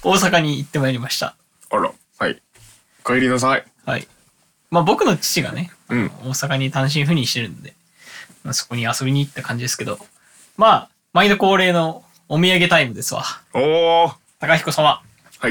大阪に行ってまいりました。 あら、はい。帰りなさい。 はい。まあ僕の父がね、 うん。 大阪に単身赴任してるんで、まあ、そこに遊びに行った感じですけど、まあ、毎度恒例のお土産タイムですわ。 おー。 高彦様。 はい。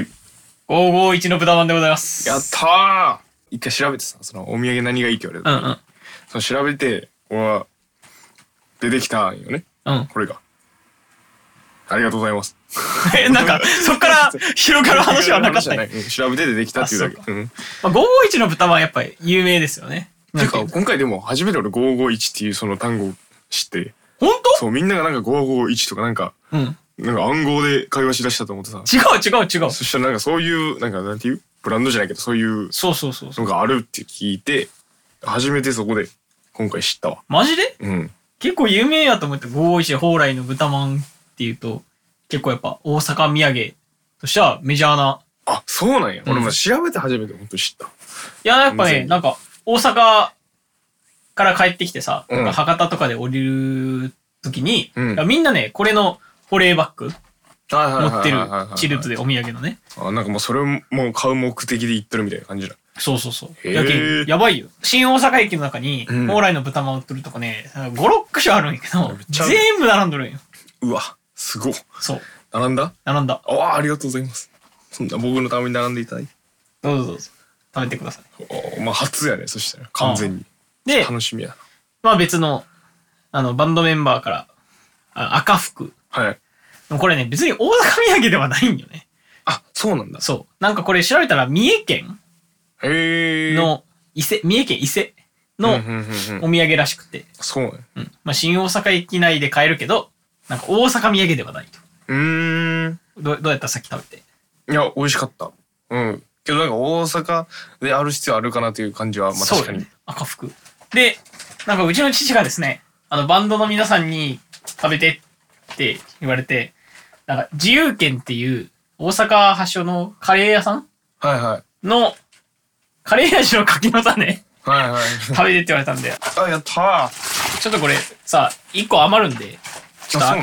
551の豚まんでございます。 やったー。一回調べてさ、そのお土産何がいいって言われた時に、その調べて、出てきたんよね。これが。ありがとうございます。 なんか、そっから広がる話はなかった。 調べて出てきたっていうだけ。 まあ、551の豚まんやっぱり有名ですよね。 てか、今回でも初めて俺551っていうその単語を知って。 本当？ そう、みんながなんか551とかなんか、なんか暗号で会話しだしたと思ってさ。 違う。 そしたらなんかそういう、なんかなんていうブランドじゃないけど、そういう。そうのがあるって聞いて、初めてそこで今回知ったわ。 マジで？結構有名やと思って、551蓬莱の豚まんっていうと、結構やっぱ大阪土産としてはメジャーな。 あ、そうなんや。俺も調べて初めて本当に知った。いや、やっぱね、なんか大阪から帰ってきてさ、なんか博多とかで降りる時に、みんなね、これの保冷バッグ持ってる。チルトでお土産のね。 あ、なんかもうそれも買う目的で行ってるみたいな感じだ。 そう。やけん、やばいよ。新大阪駅の中に、蓬莱の豚まん売ってるとこね、5、6箇所あるんやけど、全部並んどるんよ。 うわ、すごっ。 そう。 並んだ。 ありがとうございます。そんな僕のために並んでいただいて。 どうぞ。食べてください。まあ初やね、そしたら。完全に。で、楽しみやな。 まあ別の、バンドメンバーから、赤福。 はい。 これね、別に大阪土産ではないんよね。 あ、そうなんだ。 そう。なんかこれ調べたら、三重県の三重県伊勢のお土産らしくて。 そうね。まあ新大阪駅内で買えるけど、なんか大阪土産ではないと。どうやったさっき食べて。 いや、美味しかった。けどなんか大阪である必要あるかなという感じは、まあ確かに。ね、 赤福。で、なんかうちの父がですね、バンドの皆さんに食べてって言われて、なんか自由軒っていう大阪発祥のカレー屋さんのカレー味の柿の種食べてって言われたんで。 あ、やったー。 ちょっとこれさ、1個余るんで、ちょっと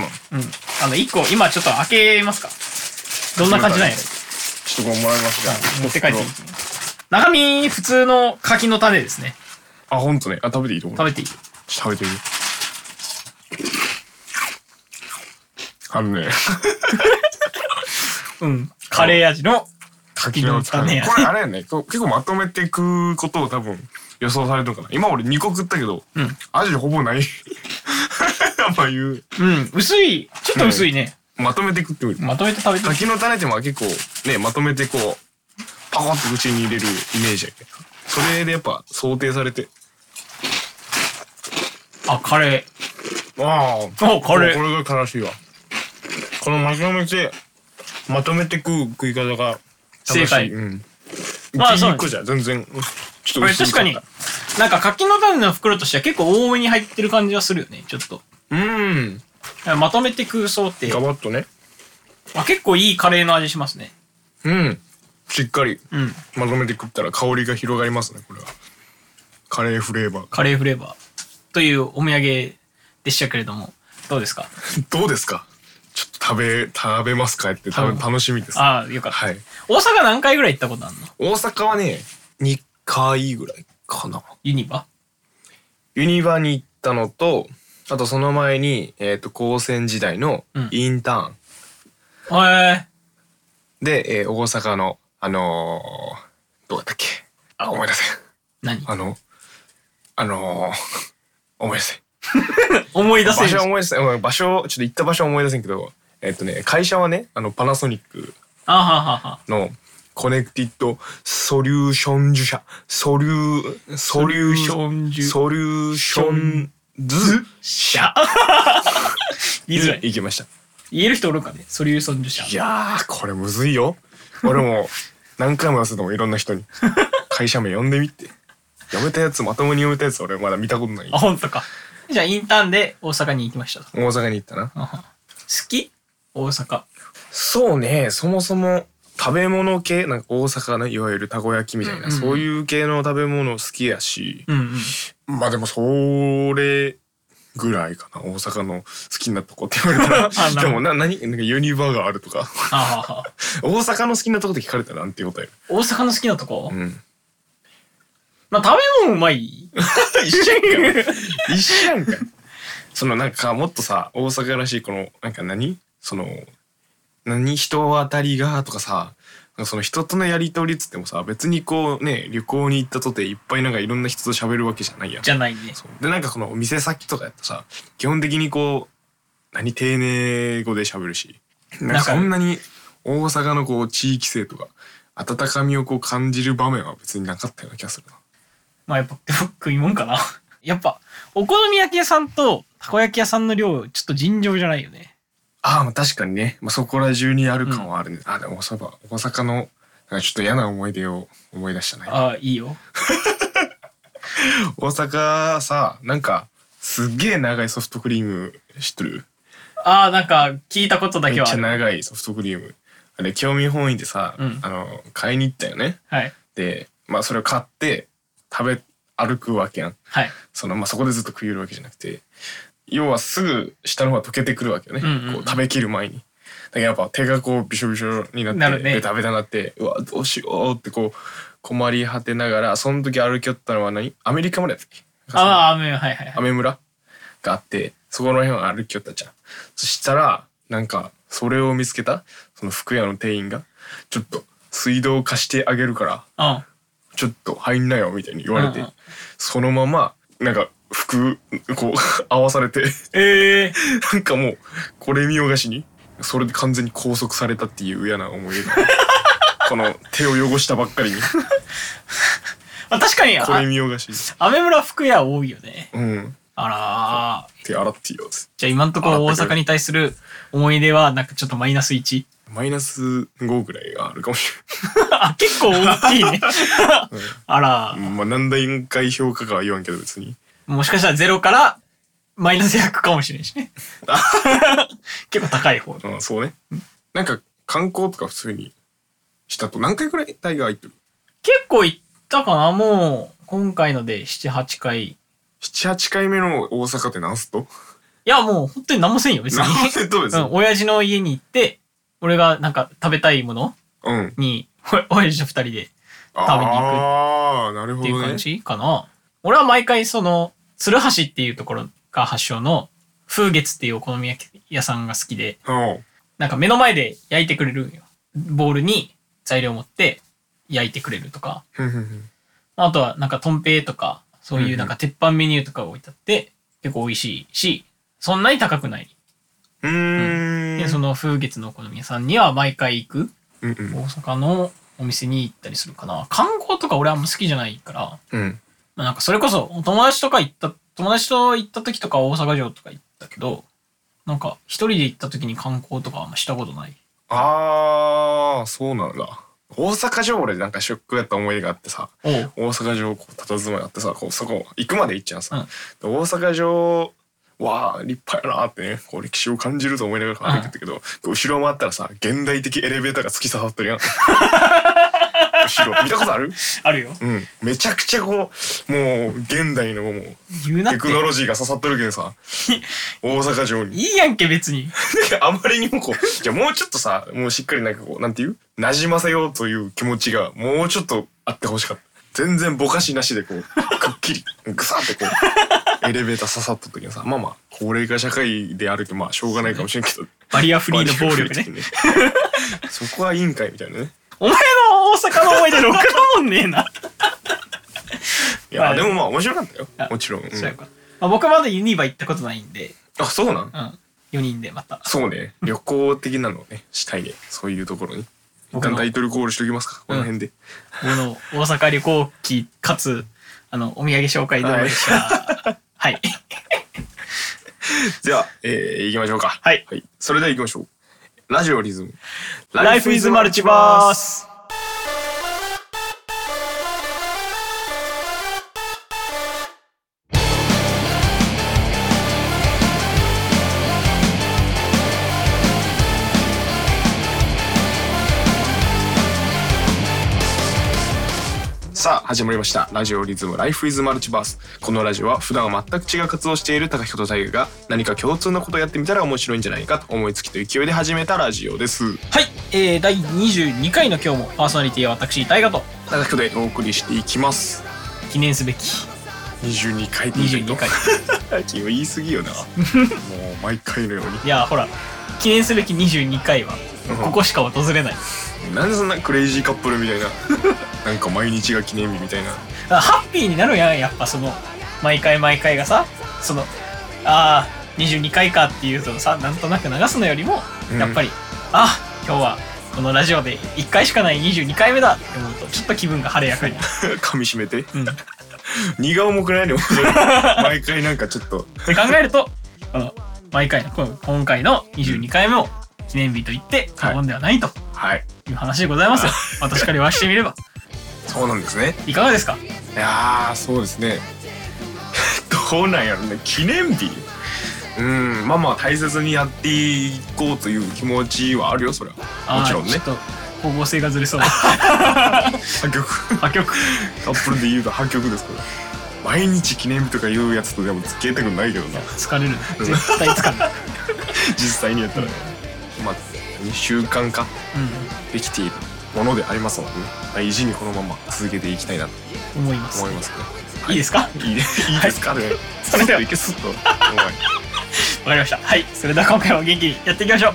1個今ちょっと開けますか。どんな感じなんやろ。 ちょっとこれもらいますか。持って帰っていい。中身普通の柿の種ですね。 あ、ほんとね。あ、食べていいと思う。 食べていい。 食べてみる。ね。 カレー味の柿の種や。 これあれやね。結構まとめて食うことを多分予想されるのかな。今俺2個食ったけど、味ほぼない。まあ言う。 薄い。ちょっと薄いね。 まとめて食ってみる。 まとめて食べてみる。 柿の種ってまあ結構ね、まとめてこう、パコッと口に入れるイメージやけど。それでやっぱ想定されて。 あ、カレー。ああ。カレー。これが悲しいわ。このまとめて食い方が正解。 まあそう。1個じゃ全然。 ちょっと確かに、なんか柿の種の袋としては結構多めに入ってる感じはするよね、ちょっと。まとめて食うそうって。 ガバッとね。 結構いいカレーの味しますね。 しっかり。まとめて食ったら香りが広がりますね、これは。カレーフレーバー。 というお土産でしたけれども、どうですか？ どうですか？ちょっと食べますかって楽しみです。 ああ、よかった。 はい。 大阪何回ぐらい行ったことあるの？ 大阪はね、2回ぐらいかな。 ユニバに行ったのと、あとその前に、高専時代のインターン。で、大阪の、どうだったっけ？思い出せ。 何？ 思い出せ。 思い出せ。 場所、ちょっと行った場所は思い出せんけど、会社はね、パナソニックのコネクティッドソリューションズ社。ソリューションズ社。 言いづらい。 行きました。 言える人おるかね？ソリューションズ社。 いやー、これむずいよ。俺も何回も出すのもいろんな人に。会社名呼んでみって。読めたやつ、まともに読めたやつ俺まだ見たことない。 あ、ほんとか。じゃあインターンで大阪に行きました。 大阪に行ったな。 好き？大阪。 そうね、そもそも食べ物系、なんか大阪のいわゆるたこ焼きみたいな、そういう系の食べ物好きやし、まあでもそれぐらいかな。大阪の好きなとこって言われたらでもなんかユニバがあるとか大阪の好きなとこって聞かれたらなんて答える？ 大阪の好きなとこ、 まあ食べ物うまい一緒やんか一緒やんか。そのなんかもっとさ大阪らしいこのなんか人当たりがとかさ、その人とのやり取りっつってもさ別にこうね旅行に行ったとていっぱいなんかいろんな人と喋るわけじゃないやん。 じゃないね。 でなんかこのお店先とかやったさ基本的にこう丁寧語で喋るし、なんかそんなに大阪のこう地域性とか温かみをこう感じる場面は別になかったような気がするな。 まあやっぱ食いもんかなやっぱお好み焼き屋さんとたこ焼き屋さんの量ちょっと尋常じゃないよね。 ああ確かにね、そこら中にある感はあるね。でもそういえば大阪のなんかちょっと嫌な思い出を思い出したね。 いいよ大阪さなんかすっげえ長いソフトクリーム知ってる？ なんか聞いたことだけはある。 めっちゃ長いソフトクリームあれ興味本位でさ、買いに行ったよね。でそれを買って歩くわけやん。そこでずっと食えるわけじゃなくて要はすぐ下の方が溶けてくるわけよね、こう食べきる前に。だからやっぱ手がこうびしょびしょになってベタベタなってうわどうしようってこう困り果てながらその時歩き寄ったのはアメリカ村やったっけ？アメ村があってそこの辺を歩き寄ったじゃん。そしたらなんかそれを見つけたその服屋の店員がちょっと水道貸してあげるからちょっと入んなよみたいに言われて、そのままなんか服こう合わされてなんかもうこれ見よがしにそれで完全に拘束されたっていう嫌な思い出がこの手を汚したばっかりに確かにこれ見よがしアメ村服屋多いよね。 あら手洗っていいよ。 じゃあ今んところ大阪に対する思い出はなんかちょっとマイナス 1？ マイナス5ぐらいがあるかもしれない結構大きいねあら何段階評価かは言わんけど別にもしかしたら0からマイナス100かもしれんしね結構高い方。 そうね。なんか観光とか普通にしたと何回くらいタイガー行ってる？ 結構行ったかな。もう今回ので 7,8 回。 7,8 回目の大阪って何すと？ いやもう本当に何もせんよ別に親父の家に行って俺がなんか食べたいものに、親父と2人で食べに行くっていう感じかな。俺は毎回その鶴橋っていうところが発祥の風月っていうお好み焼き屋さんが好きで、なんか目の前で焼いてくれるんよ。ボウルに材料持って焼いてくれるとかあとはなんかとん平とかそういうなんか鉄板メニューとか置いてあって結構美味しいしそんなに高くない。でその風月のお好み屋さんには毎回行く大阪のお店に行ったりするかな。観光とか俺はあんま好きじゃないから、なんかそれこそ友達と行った時とか大阪城とか行ったけどなんか一人で行った時に観光とかあんましたことない。 そうなんだ。大阪城俺なんかショックやった思い出があってさ、大阪城こう佇まいあってさそこ行くまで行っちゃうさ、大阪城わあ立派やなってねこう歴史を感じると思いながら歩いてたけど、後ろ回ったらさ現代的エレベーターが突き刺さってるやん後ろ見たことある？ あるよ。 めちゃくちゃこうもう現代のもうテクノロジーが刺さってるけどさ大阪城にいいやんけ別にあまりにもこうじゃあもうちょっとさもうしっかりなんかこうなんていう馴染ませようという気持ちがもうちょっとあってほしかった。全然ぼかしなしでこうくっきりぐさってこうエレベーター刺さった時にさ高齢化社会であるけどしょうがないかもしれんけどバリアフリーの暴力ねそこは委員会みたいなね。 お前の大阪の思い出ろくなもんねえな。 いやでも面白かったよもちろん。 そうか。僕まだユニバ行ったことないんで。 そうなん？ 4人でまた。 そうね旅行的なのをねしたいねそういうところに。一旦タイトルコールしておきますかこの辺で。 この大阪旅行記かつお土産紹介動画でしたはいじゃあ行きましょうか。はい、それでは行きましょう。ラジオリズムライフイズマルチバース。 さあ始まりましたラジオリズム Life is Multiverse。このラジオは普段は全く違う活動をしている高彦と大我が何か共通のことをやってみたら面白いんじゃないかと思いつきと勢いで始めたラジオです。 はい、第22回の今日もパーソナリティは私大我と高彦でお送りしていきます。 記念すべき 22回で 22回君言い過ぎよなもう毎回のように。 いやほら記念すべき22回はここしか訪れない、 なんでそんなクレイジーカップルみたいななんか毎日が記念日みたいな。 ハッピーになるやん、やっぱその毎回がさ、その22回かっていうとさ、なんとなく流すのよりも、やっぱり今日はこのラジオで1回しかない22回目だって思うとちょっと気分が晴れやかに噛み締めて、荷が重くないの毎回なんかちょっとで考えるとこの毎回の今回の22回目を記念日と言って過言ではないという話でございますよ、私から言わしてみれば。 そうなんですね。 いかがですか？ いやそうですねどうなんやろね、記念日。まあ大切にやっていこうという気持ちはあるよ、それはもちろんね。ちょっと方向性がずれそう破局カップルで言うと破局ですから。毎日記念日とか言うやつとでも付き合いたくないけどな。 疲れる、絶対疲れる実際にやったら、習慣化できているものでありますのでね、大事にこのまま続けていきたいなと思いますね。いいですか？ いいですかね。 それではいけすっと。わかりました。はい、それでは今回も元気にやっていきましょう。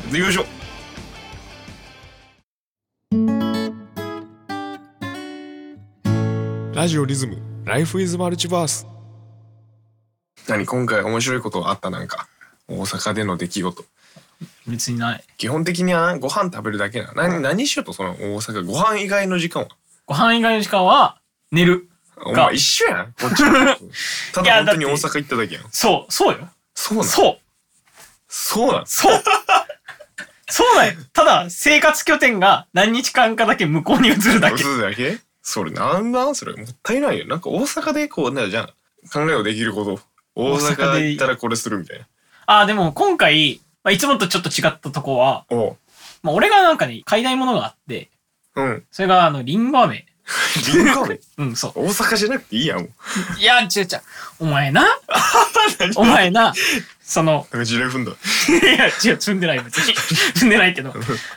ラジオリズム Life is Multiverse。何今回面白いことがあった？なんか大阪での出来事。 別にない。 基本的にはご飯食べるだけな。何しようと、その大阪ご飯以外の時間は？ ご飯以外の時間は寝る。 お前一緒やんこっちただ本当に大阪行っただけやん。 そうよ。 そうなんただ生活拠点が何日間かだけ向こうに移るだけ。 それなんだそれもったいないよ。なんか大阪でこうじゃあ考えをできること、大阪行ったらこれするみたいな。 でも今回いつもとちょっと違ったとこは、俺がなんかね買いたいものがあって、それがリンゴ飴。 リンゴ飴そう。 大阪じゃなくていいやん。もういや違うお前なそのなんか地雷踏んだ。 いや違う、踏んでない、別に踏んでないけど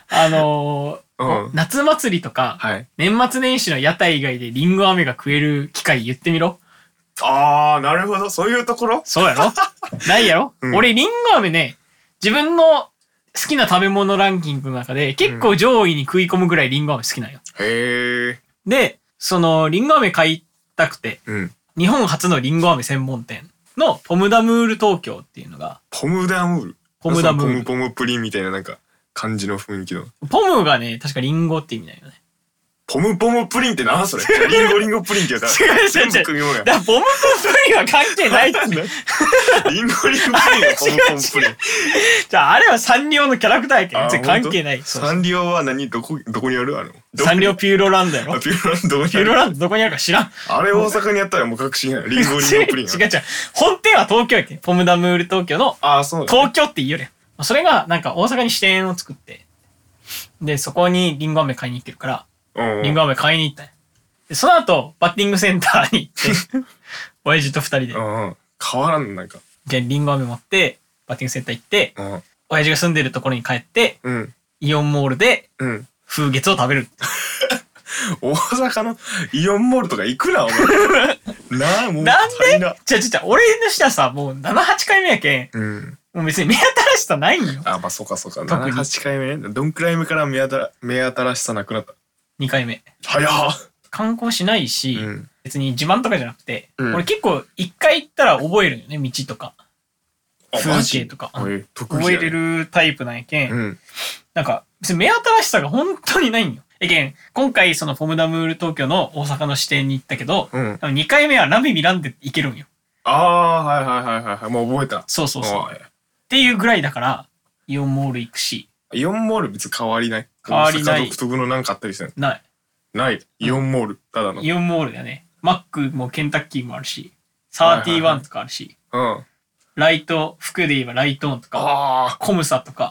夏祭りとか、年末年始の屋台以外でリンゴ飴が食える機会言ってみろ。 なるほど、そういうところ。 そうやろないやろ、俺リンゴ飴ね、自分の好きな食べ物ランキングの中で結構上位に食い込むぐらいリンゴ飴好きなんよ。で、そのリンゴ飴買いたくて、日本初のリンゴ飴専門店のポムダムール東京っていうのが。 ポムプリンみたいななんか感じの雰囲気の。ポムがね、確かリンゴって意味だよね。 ポムプリンって何それ？リンゴプリンってやったら全部組み物や。 だからポムプリンは関係ないって。 リンゴプリンはポムプリン。 じゃああれはサンリオのキャラクターやけど全然関係ない。 サンリオはどこにある？ サンリオピューロランドやろ。 ピューロランドどこにあるか知らん。 あれ大阪にやったらもう確信や。リンゴプリン。 違う。本店は東京やけん。ポムダムール東京の東京って言うよね。それがなんか大阪に支店を作って、でそこにリンゴ飴買いに行ってるから。リンゴ飴買いに行ったんや。でその後バッティングセンターに行って親父と2人で変わらん。なんかリンゴ飴持ってバッティングセンター行って、親父が住んでるところに帰って、イオンモールで風月を食べる。 大阪のイオンモールとか行くなお前。もうなんで？俺のしてはさ、もう7、8回目やけん、もう別に目新しさないんよ。 そうか7、8回目ね。どんくらい目から目新しさなくなった？2 回目。 早っ。 観光しないし、別に自慢とかじゃなくて、俺結構1回行ったら覚えるよね、道とか風景とか覚えれるタイプなんやけん、なんか別に目新しさが本当にないんよ。今回そのポムダムール東京の大阪の支店に行ったけど、2回目はナビ見らんで行けるんよ。もう覚えた。そうっていうぐらいだからイオンモール行くし。 イオンモール別に変わりない。 大阪独特のなんかあったりしてんの？ない。イオンモール、ただの。 イオンモールだよね。マックもケンタッキーもあるし、31とかあるし、ライト、服で言えばライトオンとか、コムサとか。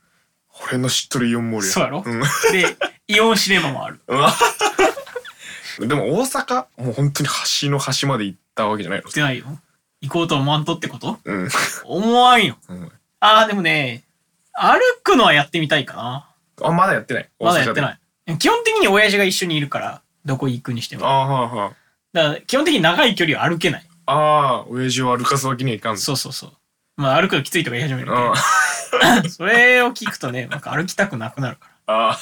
俺の知っとるイオンモールや。 そうやろ？で、イオンシネマもある。 でも大阪もう本当に端の端まで行ったわけじゃないの？ 行ってないよ。行こうと思わんとってこと？ うん。 思わんよ。 うん、 でもね、歩くのはやってみたいかな。 まだやってない。 まだやってない。基本的に親父が一緒にいるから、どこ行くにしても。だから基本的に長い距離は歩けない。 親父を歩かすわけにはいかん。 そう。まあ歩くのきついとか言い始めるけど。それを聞くとね、なんか歩きたくなくなるから。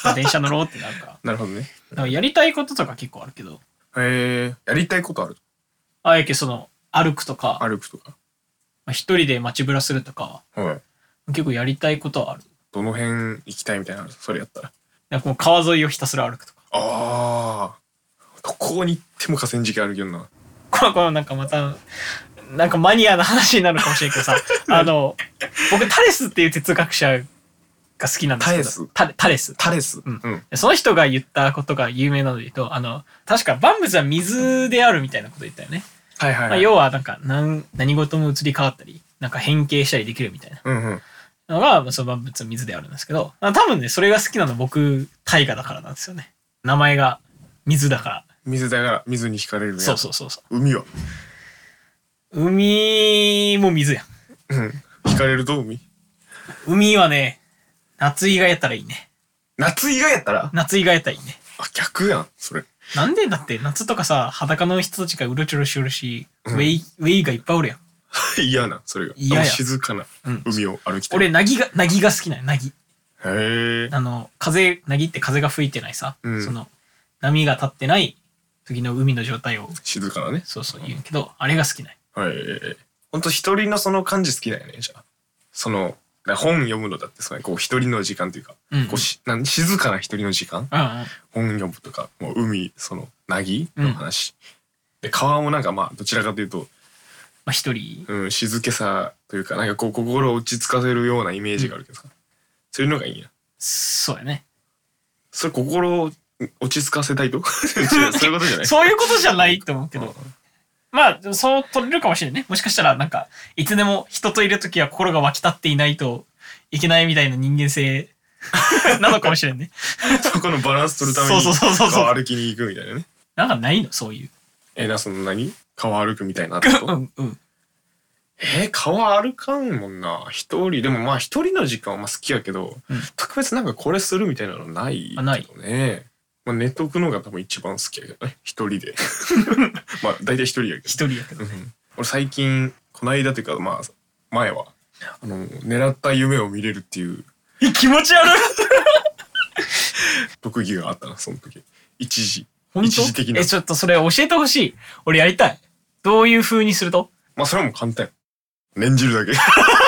電車乗ろうってなるから。 なるほどね。 だからやりたいこととか結構あるけど。 やりたいことある？ やけ歩くとか。一人で街ぶらするとか。結構やりたいことはある。 どの辺行きたいみたいなの？それやったら。 もう川沿いをひたすら歩くとか。 どこに行っても河川敷あるけどな。 このなんかまた、なんかマニアな話になるかもしれんけどさ、僕タレスっていう哲学者が好きなんですけど。タレス。うん。その人が言ったことが有名なので言うと、確か万物は水であるみたいなこと言ったよね。要はなんか何事も移り変わったり、なんか変形したりできるみたいな。のが、その万物は水であるんですけど、多分ね、それが好きなの僕、大河だからなんですよね。名前が水だから。 水に惹かれるね。 そう。 海は？ 海も水やん。 惹かれると海はね、夏以外やったらいいね。 夏以外やったらいいね。 逆やん、それ。 なんで？だって夏とかさ、裸の人たちがうろちょろしおるし、ウェイがいっぱいおるやん。 嫌な、それが。 嫌や。 静かな海を歩きたい。 俺、なぎが好きなんや、なぎ。 へー。なぎって風が吹いてないさ、波が立ってない時の海の状態を。 静かなね。 そう言うけど、あれが好きなんや。 ほんと一人のその感じ好きだよね、じゃあ。本読むのだって一人の時間というか、静かな一人の時間、本読むとか、もう海、なぎの話。で、川もなんかどちらかというと、 一人。 静けさというか、なんか心を落ち着かせるようなイメージがあるけどさ。そういうのがいいな。 そうやね。 それ心を落ち着かせたいとそういうことじゃない？ そういうことじゃないと思うけど。そう取れるかもしれんね。もしかしたらなんか、いつでも人といるときは心が湧き立っていないといけないみたいな人間性なのかもしれんね。 そこのバランス取るために川歩きに行くみたいなね。 なんかないの？そういう。 川歩くみたいなってこと？川歩かんもんな。一人。でも一人の時間は好きやけど、特別なんかこれするみたいなのないけどね。寝とくのが多分一番好きやけどね。一人で。大体一人やけど。俺最近、この間というか、前は、狙った夢を見れるっていう。 気持ち悪い特技があったな、その時。一時的な。 ちょっとそれ教えてほしい。俺やりたい。どういう風にすると？ それはもう簡単。念じるだけ。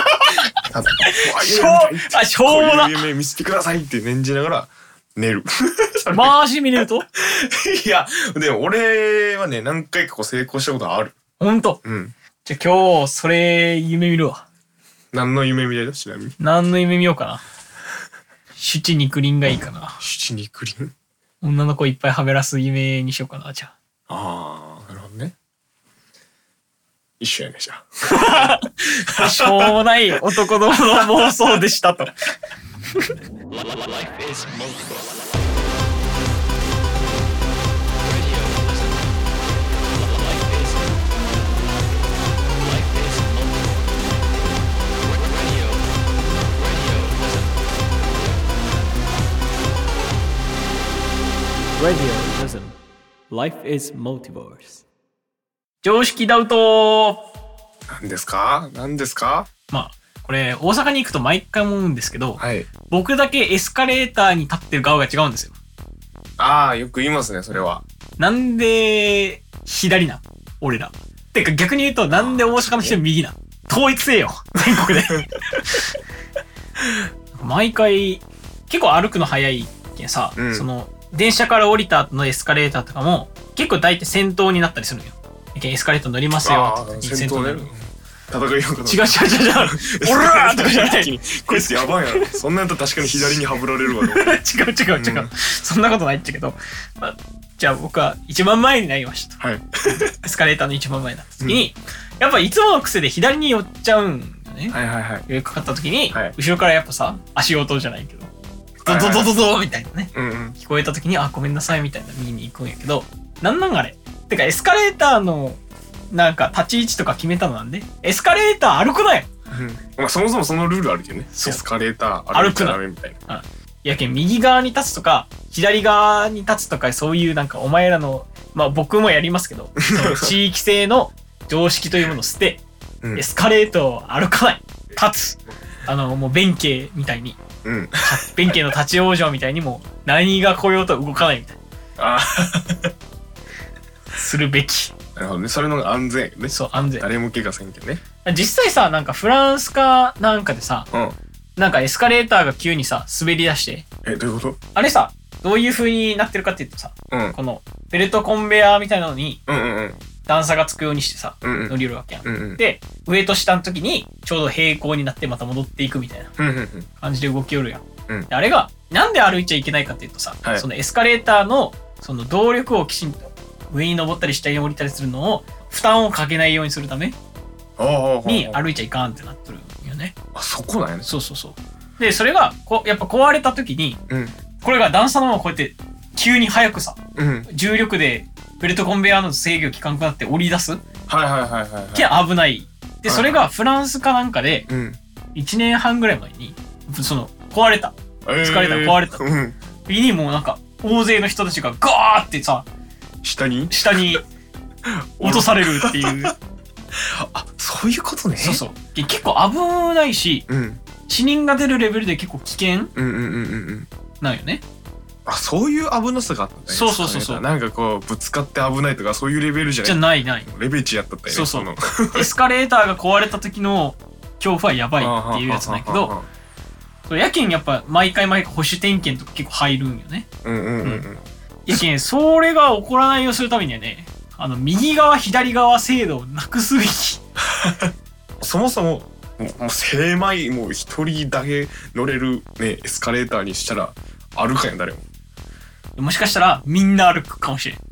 しょうもな。 こういう夢見せてくださいって念じながら寝る。 マジ見れると？ いや、でも俺はね、何回か成功したことある。 ほんと？じゃあ今日、それ夢見るわ。 何の夢見れる？ちなみに。 何の夢見ようかな。七肉林がいいかな。 七肉林？ 女の子いっぱいはべらす夢にしようかな、じゃあ。なるほどね。一緒やね、じゃあ。しょうもない男の妄想でしたと。Radio Life is Multiverse。常識ダウト。 何ですか？ これ大阪に行くと毎回思うんですけど、僕だけエスカレーターに立ってる側が違うんですよ。 よく言いますね、それは。 なんで左なん俺ら。てか逆に言うと、なんで大阪の人右なん？統一せよ全国で。毎回結構歩くの早いけんさ、電車から降りた後のエスカレーターとかも結構大体先頭になったりするのよ。エスカレーター乗りますよって先頭になる。戦いようかな。 違う。オラーとかじゃない。 こいつやばいやろ。そんなんやったら確かに左にはぶられるわ。違う。そんなことないっちゃけど。じゃあ僕は一番前になりました。エスカレーターの一番前になった時に、やっぱいつもの癖で左に寄っちゃうんよね。かかった時に、後ろからやっぱさ、足音じゃないけど。 ドドドドドみたいなね、 うんうん、 聞こえた時にごめんなさいみたいな見に行くんやけど、なんあれてかエスカレーターのなんか立ち位置とか決めたのなんでエスカレーター歩くなよ、 まあ、そもそもそのルールあるけどね。エスカレーター歩くなみたいな。 やけん右側に立つとか左側に立つとかそういうなんかお前らのまあ僕もやりますけどその地域性の常識というものを捨て、エスカレーターを歩かない立つもう弁慶みたいに、弁慶の立ち往生みたいにも何が来ようと動かないみたいなするべき。 なるほどね。それのが安全ね。 そう安全。 誰も怪我せんけどね。 実際さなんかフランスかなんかでさ、なんかエスカレーターが急にさ滑り出して。 どういうこと？ あれさどういう風になってるかっていうとさ、このベルトコンベヤーみたいなのに段差がつくようにしてさ、乗りるわけやん。で上と下の時にちょうど平行になってまた戻っていくみたいな感じで動きよるやん。あれがなんで歩いちゃいけないかっていうとさ、そのエスカレーターのその動力をきちんと上に登ったり下に降りたりするのを負担をかけないようにするために歩いちゃいかんってなってるよね。 そこなんやね。 そうでそれがやっぱ壊れた時に、これが段差のままこうやって急に速くさ、重力でベルトコンベヤーの制御効かんくなって降り出すけ危ない。でそれがフランスかなんかで1年半ぐらい前にその壊れたエスカレーター壊れた時にもうなんか大勢の人たちがガーってさ下に落とされるっていうそういうことね。 そう結構危ないし、死人が出るレベルで結構危険なんよね。 そういう危なさがあったんだね。 そうなんかこうぶつかって危ないとかそういうレベルじゃないレベチやったったよね。 そうエスカレーターが壊れた時の恐怖はやばいっていうやつなんやけど、やけんやっぱ毎回保守点検とか結構入るんよね。やけんそれが起こらないようにするためにはね、右側左側制度をなくすべきそもそももう狭いもう一人だけ乗れるねエスカレーターにしたら歩かんやん誰も。 もしかしたらみんな歩くかもしれん。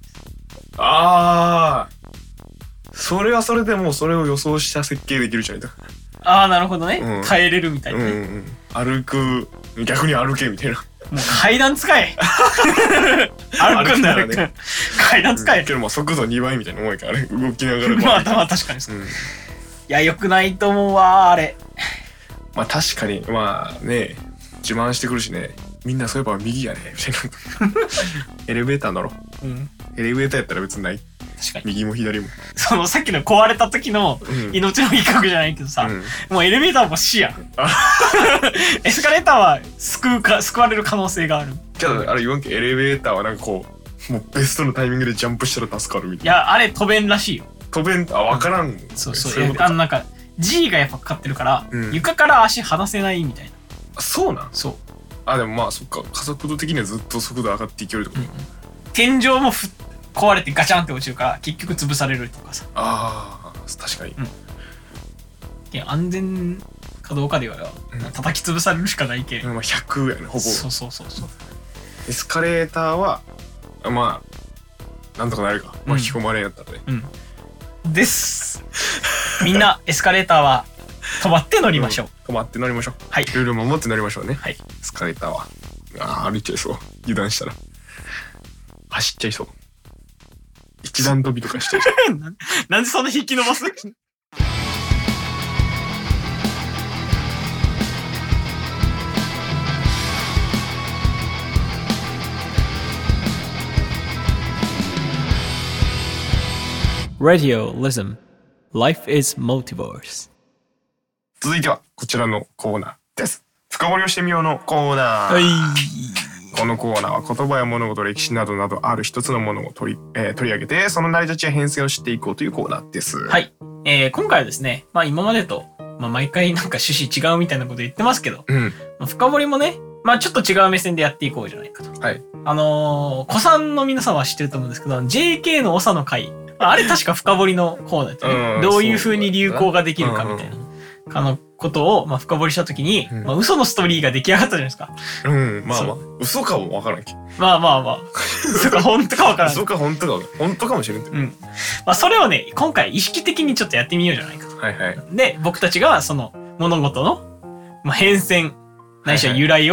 それはそれでもうそれを予想した設計できるじゃないと。 なるほどね、変えれるみたいなね、 逆に歩けみたいな。 もう階段使え歩くんだよね。階段使えけどまあ速度2倍みたいなもんやからね動きながらまあ確かにそう、いや良くないと思うわあれ。 まあ確かにまあね自慢してくるしね、みんなそういえば右やねみたいなエレベーター乗ろう、エレベーターやったら別にない。確かに右も左もそのさっきの壊れた時の命の比較じゃないけどさ、もうエレベーターも死やんエスカレーターは救われる可能性があるけど、あれ言わんけエレベーターはなんかこうもうベストのタイミングでジャンプしたら助かるみたいな。 いやあれ飛べんらしいよ。 飛べん分からん、 そうなんか G がやっぱかかってるから、床から足離せないみたいな。 そうなん。 そうでもまあそっか、加速度的にはずっと速度上がっていけるってこと、 天井も壊れてガチャンって落ちるから結局潰されるとかさ。 確かに、 安全かどうかでは叩き潰されるしかないけん、 100やねほぼ。 そうエスカレーターはまあなんとかなるか、巻き込まれんやったらね、ですみんなエスカレーターは止まって乗りましょう、 止まって乗りましょう。 はい、 ルール守って乗りましょうね。 はい、 エスカレーターは歩いちゃいそう。油断したら走っちゃいそう。一段飛びとかしてなんでそんな引き伸ばす？Radioism Life is Multiverse。 続いてはこちらのコーナーです。深掘りをしてみようのコーナー。このコーナーは言葉や物事、歴史などなどある一つのものを取り上げてその成り立ちや変遷を知っていこうというコーナーです。 はい、今回はですね、今までと、毎回なんか趣旨違うみたいなこと言ってますけど、深掘りもね、ちょっと違う目線でやっていこうじゃないかと。はい、古参の皆さんは知ってると思うんですけど JK の長の会、あれ確か深掘りのコーナーってね、どういう風に流行ができるかみたいなことを深掘りしたときに、嘘のストーリーが出来上がったじゃないですか。 嘘かもわからんけど。 嘘か本当かわからん。 嘘か本当かもしれんけど。 それをね、今回意識的にちょっとやってみようじゃないかと。で、僕たちがその物事の変遷ないしは由来を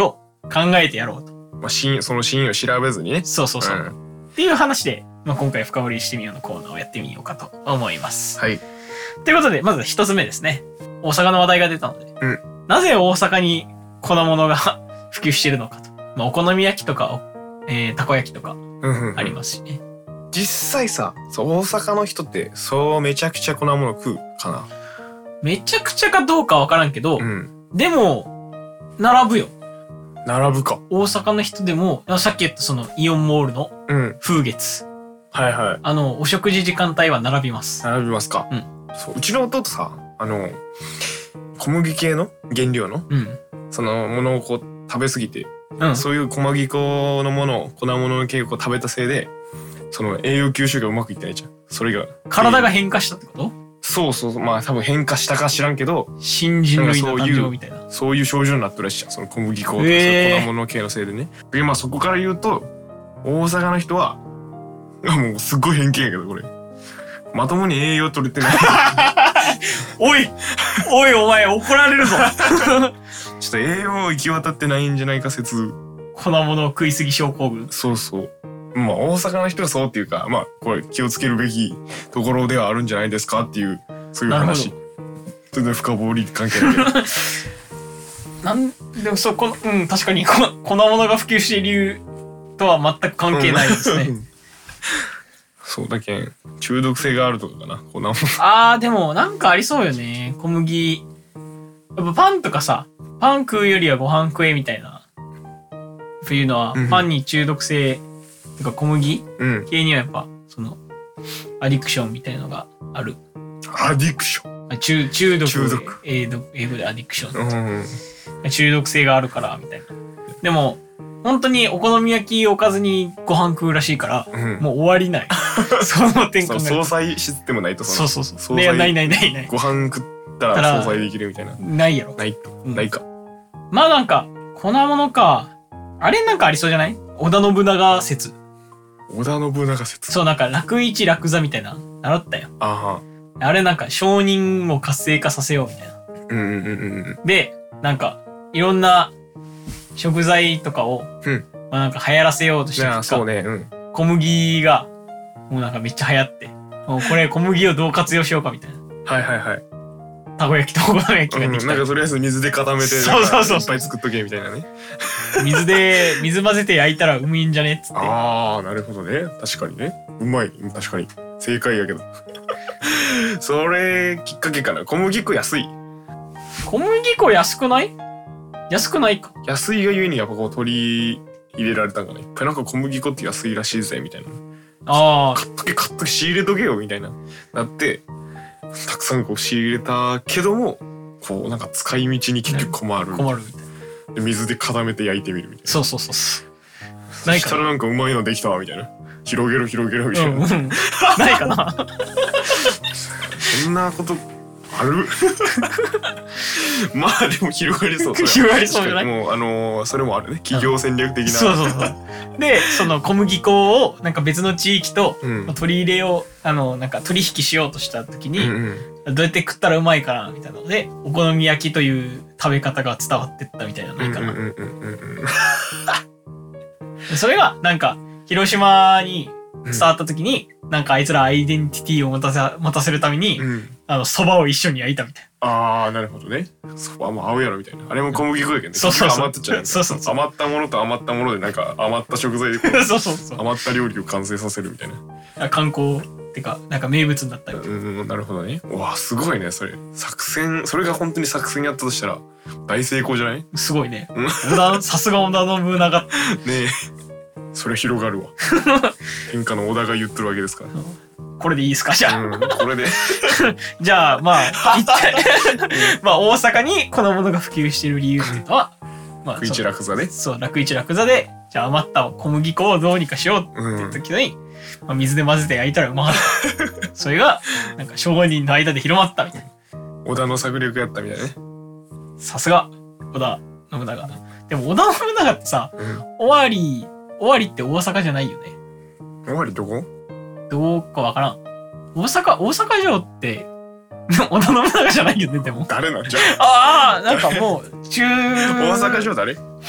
考えてやろうと。 まあ、そのシーンを調べずにね。 そうそうそう。っていう話で、まあ、今回深掘りしてみようのコーナーをやってみようかと思います。 はい。 ということで、まず一つ目ですね。大阪の話題が出たので、なぜ大阪に粉物が普及しているのかと。まあ、お好み焼きとか、たこ焼きとかありますしね。 実際さ、大阪の人ってそうめちゃくちゃ粉物食うかな。 めちゃくちゃかどうかわからんけど、でも並ぶよ。 並ぶか。 大阪の人でもさっき言ったそのイオンモールの風月、 はいはい。 お食事時間帯は並びます。 並びますか。そう、うちの弟さ、小麦系の原料の、そのものをこう食べ過ぎて、そういう小麦粉のものを粉物の系を食べたせいで、その栄養吸収がうまくいってないじゃん。それが体が変化したってこと？ そうそうそう、まあ多分変化したか知らんけど、 新人類の誕生みたいな。 そういう症状になってるらしいじゃん。その小麦粉とか粉物系のせいでね。でまあそこから言うと、大阪の人はもうすっごい偏見やけどこれ。まともに栄養取れてない。 おいお前怒られるぞ。 ちょっと栄養行き渡ってないんじゃないか説。 粉物を食いすぎ症候群。 そうそう。まあ大阪の人はそうっていうか、まあこれ気をつけるべきところではあるんじゃないですかっていう、そういう話。全然深掘り関係ないけど。 でもそう確かに粉物が普及している理由とは全く関係ないですね。 そうだけん中毒性があるとかかな、粉物。 でもなんかありそうよね。小麦、やっぱパンとかさ、パン食うよりはご飯食えみたいな。っていうのは、パンに中毒性とか小麦系にはやっぱそのアディクションみたいのがある。 アディクション。 中毒。英語でアディクション。中毒性があるからみたいな。でも本当にお好み焼きおかずにご飯食うらしいから、もう終わりない。その点考える。 総菜システムないとそう。ない。 ご飯食ったら総菜できるみたいな。 ないやろ。 ないか。 まあなんか粉物か。あれなんかありそうじゃない？織田信長説。 織田信長説。 そう、なんか楽一楽座みたいな習ったよ。あれなんか商人を活性化させようみたいな。で、なんかいろんな食材とかを、まあ、なんか流行らせようとしてる結果、小麦がもうなんかめっちゃ流行って、もうこれ小麦をどう活用しようかみたいな。 はい。 たこ焼きとお好み焼きができた。 なんかとりあえず水で固めて、 そういっぱい作っとけみたいなね。 水混ぜて焼いたらうまいんじゃねっつって。 なるほどね。確かにね。うまい。確かに。正解やけど。それきっかけかな。小麦粉安い。 小麦粉安くない？安くないか。 安いがゆえにやっぱこう取り入れられたんかね。なんか小麦粉って安いらしいぜみたいな。買っとけ仕入れとけよみたいな。なって。たくさんこう仕入れたけども、こうなんか使い道に結局困るみたいな。で水で固めて焼いてみるみたいな。 そう。 そしたらなんかうまいのできたわみたいな。広げろみたいな。 ないかな。 そんなことある？まあでも広がりそう。 広がりそうじゃない？ もうそれもあるね。企業戦略的な。 そう。でその小麦粉をなんか別の地域と取り入れよう、なんか取引しようとした時に、どうやって食ったらうまいかなみたいなので、お好み焼きという食べ方が伝わってったみたいなのないかな。それがなんか広島に伝わった時に、なんかあいつらアイデンティティを持たせるために、蕎麦を一緒に焼いたみたいな。 なるほどね。蕎麦も合うやろみたいな。あれも小麦粉やけどね。 そう。 余ってっちゃう。余ったものと余ったものでなんか余った食材でこうそう。 余った料理を完成させるみたいな。 観光ってかなんか名物になったりとか。 なるほどね。わあすごいねそれ。それが本当に作戦やったとしたら大成功じゃない？ すごいね。さすが織田信長。ねえ。それ広がるわ。天下の織田が言ってるわけですから。 これでいいですかじゃあ。 これで。 じゃあまあ一体まあ大阪にこのものが普及している理由っていうのは、 楽一楽座ね。 そう、楽一楽座で、じゃあ余った小麦粉をどうにかしようって言った時に、水で混ぜて焼いたらうまかった。それがなんか商人の間で広まったみたいな。 織田の策略やったみたいね。 さすが織田信長。でも織田信長ってさ、尾張って大阪じゃないよね。 尾張どこ？ どうかわからん。大阪城って織田信長じゃないよね。でも誰なんじゃ？ なんかもう大阪城誰？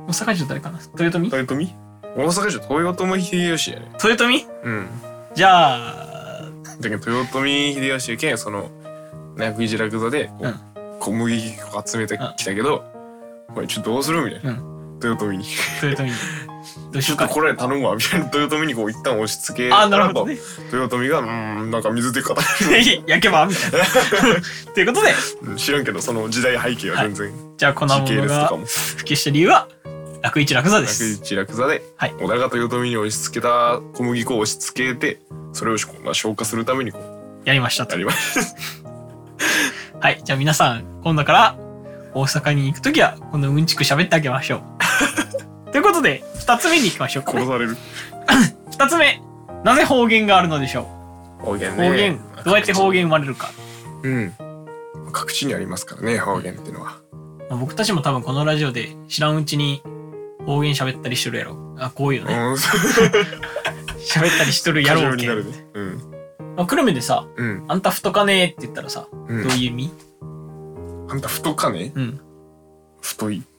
大阪城誰かな。豊臣。 大阪城豊臣秀吉やね。 豊臣。じゃあだけど豊臣秀吉やけんその中一楽座で小麦粉集めてきたけど、これちょっとどうするみたいな。豊臣にどうしようか。 ちょっとこれ頼むわみたいな。豊臣にこう一旦押し付けたらば、 豊臣がなんか水で固める焼けばみたいなということで知らんけどその時代背景は全然、 じゃあこのものが普及した理由は楽一楽座です。 楽一楽座で織田が豊臣に押し付けた小麦粉を押し付けてそれを消化するためにこうやりましたと。 やりましたはい、じゃあ皆さん今度から大阪に行くときはこのうんちく喋ってあげましょうということで2つ目に行きましょうか、ね、 殺される 2つ目、なぜ方言があるのでしょう。 方言ね。 方言どうやって方言生まれるか。 各地にありますからね方言っていうのは。 僕たちも多分このラジオで知らんうちに方言喋ったりしとるやろ。こういうのね喋ったりしとるやろうけん。久留米でさ、あんた太かねーって言ったらさ、どういう意味？ あんた太かね？太い。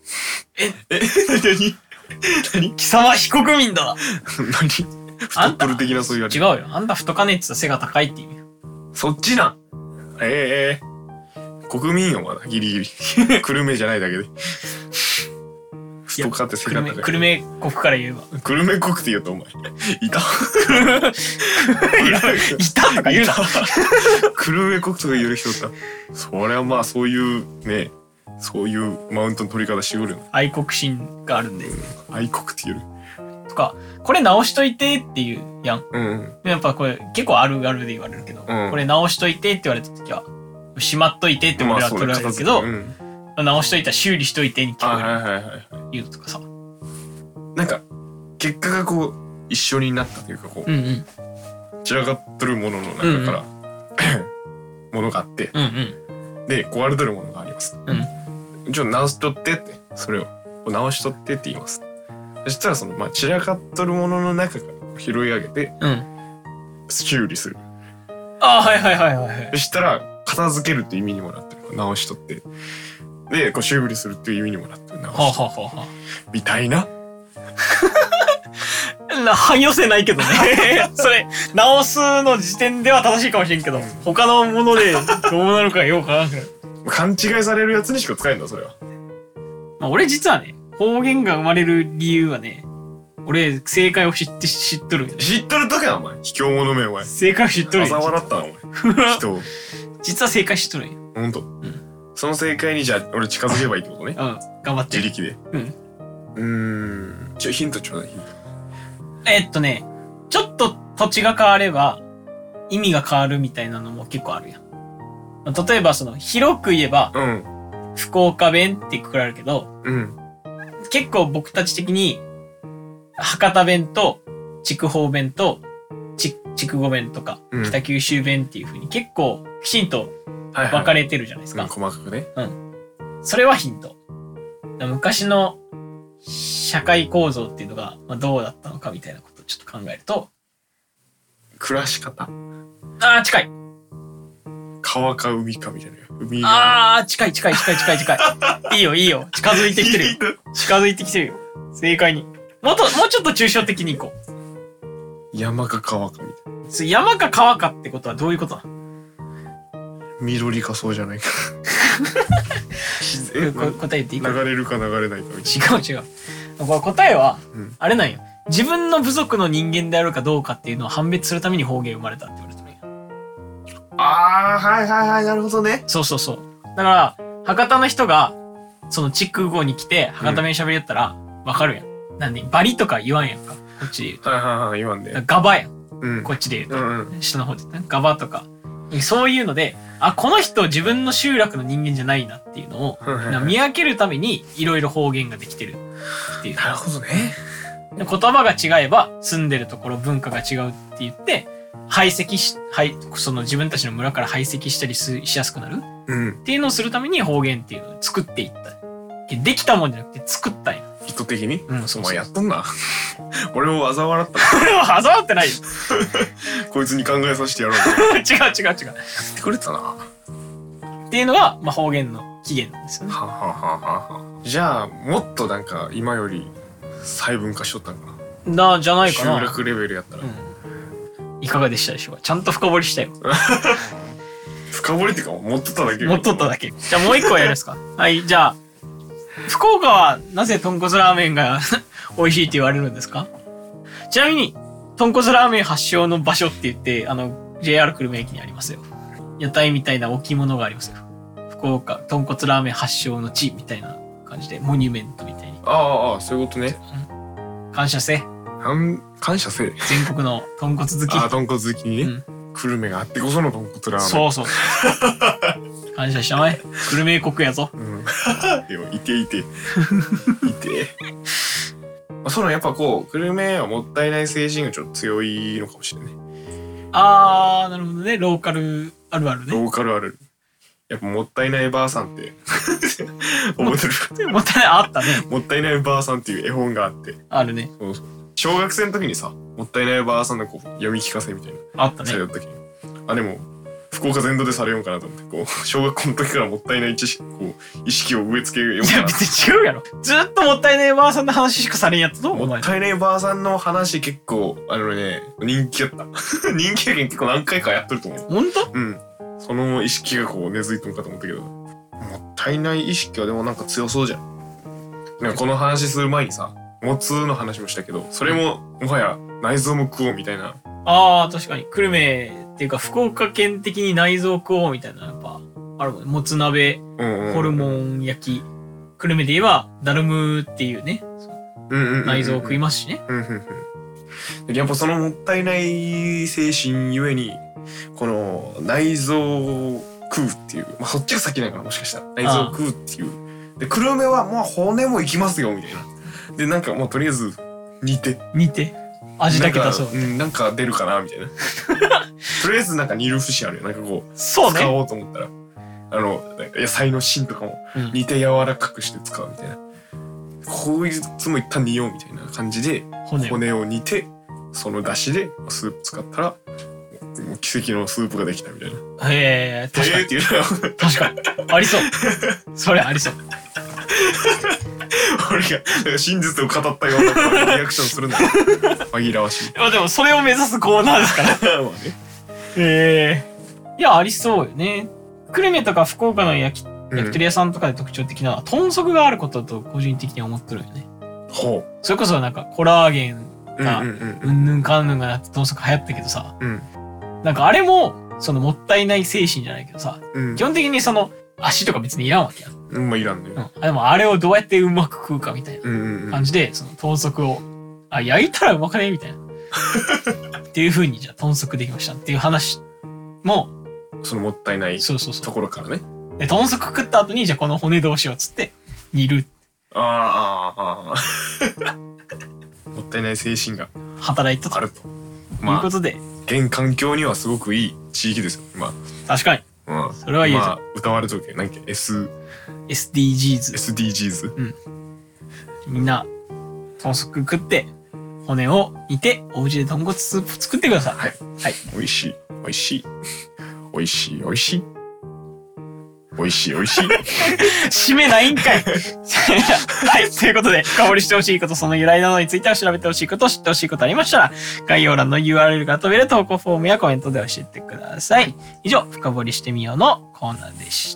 何？ 貴様非国民だな。 何？太っとる的なそういう違うよ。あんた太かねーって言ったら背が高いって意味よ。 そっちな。国民よまだギリギリ。久留米じゃないだけで。太かって背が高い。 久留米国から言えば。 久留米国って言うとお前いた。 いたとか言うな。 久留米国とか言える人だった。それはまあそういうね、そういうマウントの取り方しよるよ。 愛国心があるんで。 愛国って言える。 とかこれ直しといてっていうやん。やっぱこれ結構あるあるで言われるけど、これ直しといてって言われた時はしまっといてって俺は取られるけど、直しといたら修理しといてに聞こえる言うとかさ、 なんか結果がこう一緒になったというかこう散らかっとるものの中からものがあってで壊れとるものがあります。ちょっと直しとってってそれを直しとってって言います。そしたらその散らかっとるものの中から拾い上げて修理する。そしたら片付けるって意味にもなってる。直しとってでこう修理するっていう意味にもなってる。直しとってみたいな。 汎用性ないけどね。それ直すの時点では正しいかもしれんけど、他のものでどうなるかようかな。 勘違いされるやつにしか使えんだそれは。 俺実はね方言が生まれる理由はね、俺正解を知っとる。 知っとるときはお前卑怯者めお前。 正解を知っとる。 嘲笑ったなお前。人を。 実は正解知っとるんよ。 ほんと。その正解にじゃあ俺近づけばいいってことね。 頑張って。 自力で。ヒントちょうだい。 ちょっと土地が変われば意味が変わるみたいなのも結構あるやん。例えばその広く言えば、福岡弁ってくくられるけど、結構僕たち的に博多弁と筑豊弁と筑後弁とか北九州弁っていう風に結構きちんと分かれてるじゃないですか。 細かくね。 それはヒント。昔の社会構造っていうのがどうだったのかみたいなことをちょっと考えると、 暮らし方。 近い。 川か海かみたいな。海が。 近い。いいよ。近づいてきてるよ。正解に。もうちょっと抽象的にいこう。山か川かみたいな。 山か川かってことはどういうことだ？ 緑かそうじゃないか。 答え言っていいか？ 流れるか流れないかみたいな。 違う。これ答えは、あれなんよ。自分の部族の人間であるかどうかっていうのを判別するために方言生まれたって言われてるんよ。 なるほどね。 そう。だから、博多の人が、その筑後に来て、博多弁喋りよったら、わかるやん。バリとか言わんやんか。こっちで言うと。 言わんで。 ガバやん。こっちで言うと。下の方で言うと。ガバとか。そういうので、この人自分の集落の人間じゃないなっていうのを、見分けるために、いろいろ方言ができてるっていう。 なるほどね。 言葉が違えば、住んでるところ、文化が違うって言って、その自分たちの村から排斥したりしやすくなる、っていうのをするために方言っていうのを作っていった。できたもんじゃなくて作ったんや。 意図的に？お前やっとんな。俺も嘲笑った。 嘲笑ってないよ。 こいつに考えさせてやろう。 違う。 やってくれたな。 っていうのが、方言の起源なんですよね。 はははは。じゃあもっとなんか今より細分化しとったんかな。 じゃないかな。 集落レベルやったら、 いかがでしたでしょうか。ちゃんと深掘りしたよ。 深掘りっていうか持っとっただけ。 持っとっただけ。じゃあもう一個やるんですか。はい、じゃあ福岡はなぜ豚骨ラーメンが美味しいって言われるんですか。ちなみに豚骨ラーメン発祥の場所って言ってJR 久留米駅にありますよ。屋台みたいな大きいものがありますよ。福岡豚骨ラーメン発祥の地みたいな感じでモニュメントみたいに。 ああ、そういうことね。 感謝せ。 感謝せ。 全国の豚骨好き。 豚骨好きにね。久留米があってこその豚骨ラーメン。 そうそう。感謝したまえ。久留米国やぞ。 いて。やっぱこう久留米はもったいない精神がちょっと強いのかもしれない。 なるほどね。ローカルあるあるね。 ローカルある。やっぱもったいないばあさんって覚えてる？ もったいないあったね。 もったいないばあさんっていう絵本があって。 あるね。 そう小学生の時にさ、もったいないばあさんのこう読み聞かせみたいな。 あったね。 それやった時に。でも福岡全土でされようかなと思って、こう小学校の時からもったいない意識を植え付けようかな。 いや別に違うやろ。ずっともったいないばあさんの話しかされんやったと。 もったいないばあさんの話結構人気やった。人気やけん結構何回かやってると思う。 本当？ うん。その意識がこう根付いとんかと思ったけど、もったいない意識はでもなんか強そうじゃん。なんかこの話する前にさ、もつの話もしたけど、それももはや内臓も食おうみたいな。 確かに久留米っていうか福岡県的に内臓食おうみたいなやっぱあるもんね。もつ鍋、ホルモン焼き。久留米で言えばダルムっていうね、内臓を食いますしね。 やっぱそのもったいない精神ゆえにこの内臓を食うっていう、そっちが先なんかな、もしかしたら内臓を食うっていう。で久留米はもう骨もいきますよみたいな。でなんかもうとりあえず煮て味だけ出そう。 なんか出るかなみたいな。とりあえずなんか煮る節あるよ。なんかこうそうね。 使おうと思ったら野菜の芯とかも煮て柔らかくして使うみたいな。こいつも一旦煮ようみたいな感じで骨を煮て、その出汁でスープ使ったらもう奇跡のスープができたみたいな。 確かに。 っていう確かにありそう。それありそう。 俺が真実を語ったようなリアクションするんだよ。紛らわしい。 でもそれを目指すコーナーですから。いやありそうよね。久留米とか福岡の焼き鳥屋さんとかで特徴的なのは豚足があることと個人的には思ってるよね。それこそなんかコラーゲンがうんぬんかんぬんがなって豚足流行ったけどさ、なんかあれもそのもったいない精神じゃないけどさ、基本的にその足とか別にいらんわけや。 いらんね。 でもあれをどうやってうまく食うかみたいな感じで、その豚足を焼いたらうまくねみたいなっていう風にじゃあ豚足できましたっていう話もそのもったいないところからね。 で豚足食った後にじゃあこの骨どうしようっつって煮る。 もったいない精神が働いたとあるということで、 現環境にはすごくいい地域ですよ。 確かに。それは言える。 歌われとるけど何っけ SDGs。みんな豚足食って骨を煮てお家で豚骨スープ作ってください。はい。 美味しい。 締めないんかい。はい。ということで、深掘りしてほしいこと、その由来などについては調べてほしいこと、知ってほしいことありましたら、概要欄の URL が飛べる投稿フォームやコメントで教えてください。以上、深掘りしてみようのコーナーでした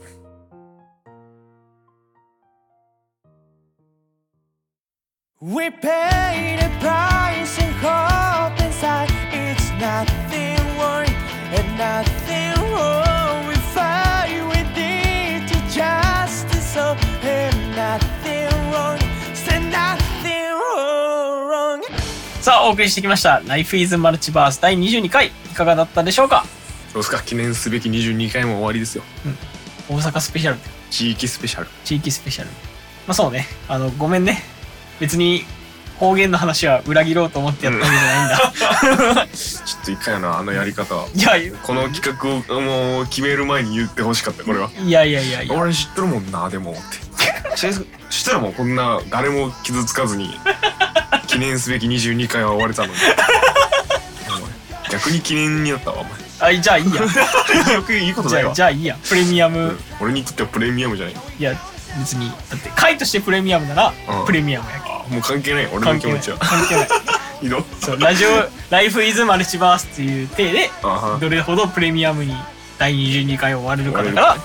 。We paid a price and hope inside. It's nothing wrong and nothing wrong. We fight with it to justice, so and nothing wrong. Say nothing wrong. さあお送りしてきました Life is Multiverse 第22回いかがだったでしょうか。 どうですか。記念すべき22回も終わりですよ。 大阪スペシャル、 地域スペシャル。 そうね、ごめんね。別に方言の話は裏切ろうと思ってやったわけじゃないんだ。 ちょっと一回やり方は。この企画をもう決める前に言ってほしかった。これは。 いや。 俺知ってるもんな、でもって。したらもうこんな誰も傷つかずに記念すべき22回は終われたのに。逆に記念になったわお前。 じゃあいいや。 よくいいことないわ。 じゃあいいや。プレミアム。 俺にとってはプレミアムじゃない。 いや別にだって回としてプレミアムならプレミアムやけど。 もう関係ない俺の気持ちは。 関係ない。 いいの？ そうライフイズマルチバースっていう体でどれほどプレミアムに第22回を終われるかだから、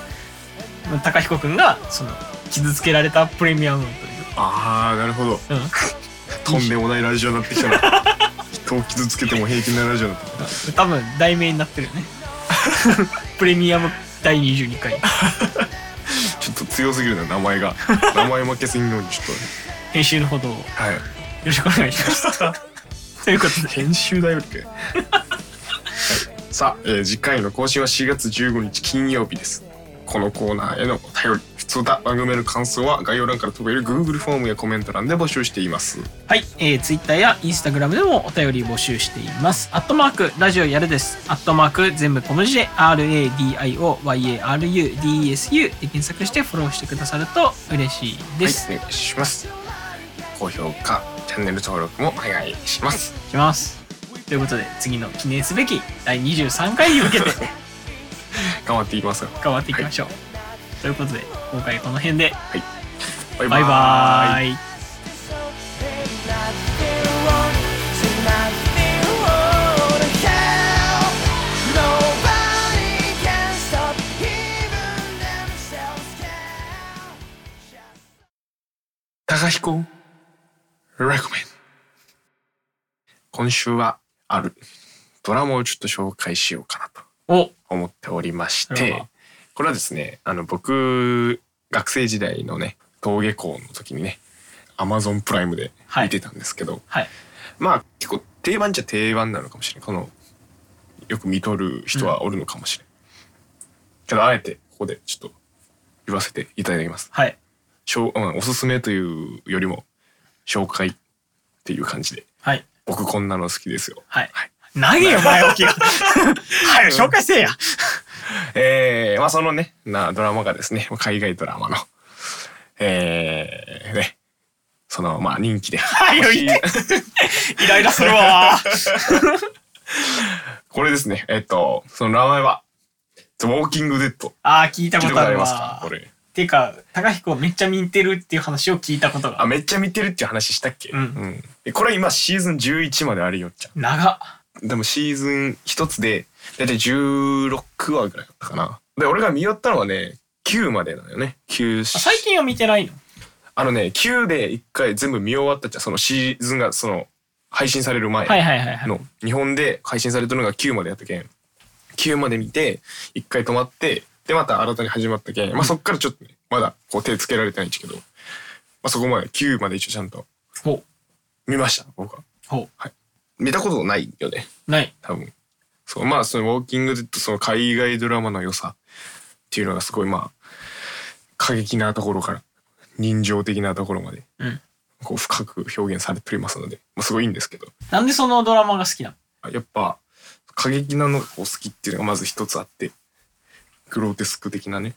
高彦くんがその傷つけられたプレミアムという。 なるほど。とんでもないラジオになってきたな。人を傷つけても平気なラジオになってきた。 多分題名になってるよね。プレミアム第22回。 ちょっと強すぎるな名前が。名前負けすぎるのにちょっと編集のほどよろしくお願いします。ということで編集だよって。さあ、次回の更新は4月15日金曜日です。このコーナーへのお便り、普通だ番組への感想は概要欄から飛べる Google フォームやコメント欄で募集しています。 はい、Twitter や Instagram でもお便り募集しています。ラジオやるです。全部小文字で RADIOYARUDESU で検索してフォローしてくださると嬉しいです。 はい、お願いします。高評価、チャンネル登録もお願いします。 ということで次の記念すべき第23回に向けて頑張っていきますよ。 頑張っていきましょう。ということで今回この辺で、 バイバイバーイ。 高彦レコメン。今週はあるドラマをちょっと紹介しようかなと思っておりまして、これはですね、僕学生時代のね登下校の時にね Amazon プライムで見てたんですけど、まあ結構定番っちゃ定番なのかもしれない。このよく見とる人はおるのかもしれない、けどあえてここでちょっと言わせていただきます。おすすめというよりも紹介っていう感じで、僕こんなの好きですよ。 何よ前置きが。紹介せえや。まあそのねドラマがですね、海外ドラマのね、そのまあ人気でイライラするわ。 これですね。その名前はウォーキングデッド。 聞いたことあるわ。 聞いたことありますかこれ。 っていうか高彦めっちゃ見てるっていう話を聞いたことが。 めっちゃ見てるっていう話したっけ？これ今シーズン11まであるよっちゃ。 長っ。 でもシーズン一つでだいたい16話ぐらいだったかな。で俺が見よったのはね9までなのよね。 最近は見てないの ？9で1回全部見終わったっちゃ、そのシーズンがその配信される前の日本で配信されたのが9までやったけん、9まで見て1回止まってでまた新たに始まったけん、そっからちょっとねまだこう手つけられてないんですけど、そこまで9まで一応ちゃんと見ました僕は。見たことないよね。 ない多分。そう、そのウォーキングデッド、その海外ドラマの良さっていうのがすごい過激なところから人情的なところまで、こう深く表現されておりますので、すごいいいんですけど。 なんでそのドラマが好きなの？ やっぱ過激なのが好きっていうのがまず一つあって、グロテスク的なね。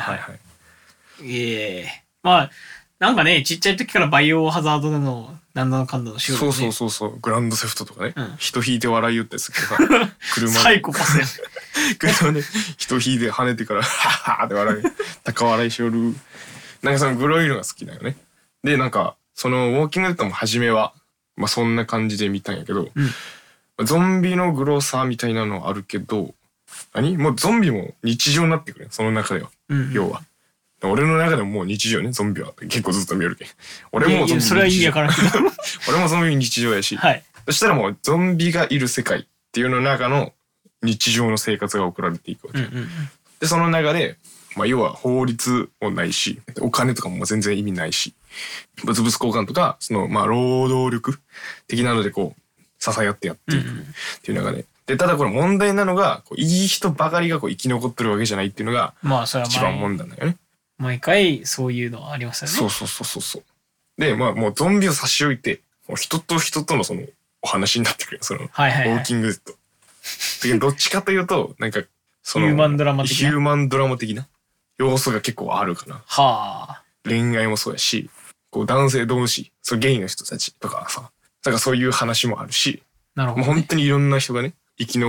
なんかねちっちゃい時からバイオハザードでのなんだかんだの仕事ね。そうグランドセフトとかね、人引いて笑いよったやつとか車サイコパスや車ね人引いて跳ねてからハッハーって笑い高笑いしよる、なんかそのグロいのが好きだよね。でなんかそのウォーキングデッドも初めはそんな感じで見たんやけど、ゾンビのグロさみたいなのあるけど、もうゾンビも日常になってくる、その中では、要は俺の中でももう日常ね、ゾンビは結構ずっと見えるけん。俺もゾンビそれは意味わからんけど俺もゾンビ日常やし、そしたらもうゾンビがいる世界っていうの中の日常の生活が送られていくわけ、でその中で、要は法律もないしお金とかも全然意味ないし、物々交換とかその労働力的なのでこう支え合ってやっていくっていう中で、でただこれ問題なのがいい人ばかりが生き残ってるわけじゃないっていうのが一番問題だよね。 毎回そういうのありますよね。 そう。でもうゾンビを差し置いて人と人とのそのお話になってくる、そのウォーキングデッド。どっちかというとなんかそのヒューマンドラマ的な要素が結構あるかな。恋愛もそうやし、男性同士、ゲイの人たちとかさ、なんかそういう話もあるし、もう本当にいろんな人がね生き残っ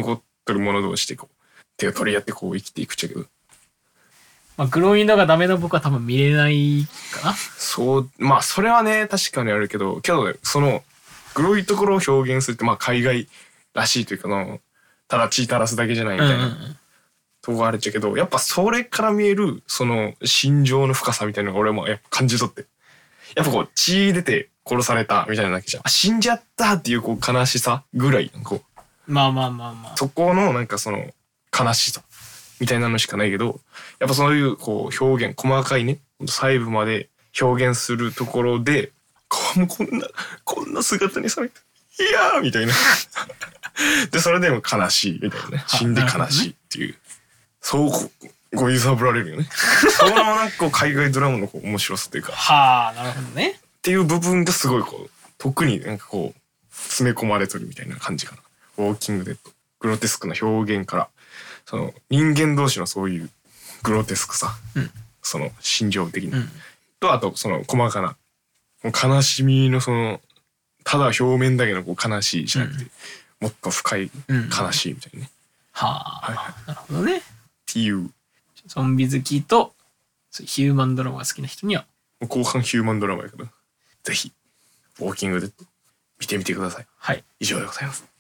ってる者同士でこう手を取り合ってこう生きていくっちゃけど、 まあ、グロいのがダメな僕は多分見れないかな。 そう、まあそれはね確かにあるけどね、そのグロいところを表現するってまあ海外らしいというかの、ただ血垂らすだけじゃないみたいな、とこあるっちゃけど、やっぱそれから見えるその心情の深さみたいなのが俺もやっぱ感じ取って、やっぱこう血出て殺されたみたいなだけじゃん、死んじゃったっていうこう悲しさぐらいこう、 まあそこのなんかその悲しさみたいなのしかないけど、やっぱそういうこう表現細かいね細部まで表現するところでもうこんな姿にされていやーみたいなでそれでも悲しいみたいなね、死んで悲しいっていう、そうこう揺さぶられるよねそのなんかこう海外ドラマのこう面白さっていうかはあ、なるほどねっていう部分がすごいこう特になんかこう詰め込まれてるみたいな感じかな。ウォーキングデッドグロテスクな表現からその人間同士のそういうグロテスクさ、その心情的な、とあとその細かな悲しみのそのただ表面だけのこう悲しいじゃなくて、もっと深い悲しいみたいなね、 はあ、なるほどねっていうゾンビ好きとヒューマンドラマが好きな人には後半ヒューマンドラマやけどぜひウォーキングデッド見てみてください。 はい、 以上でございます。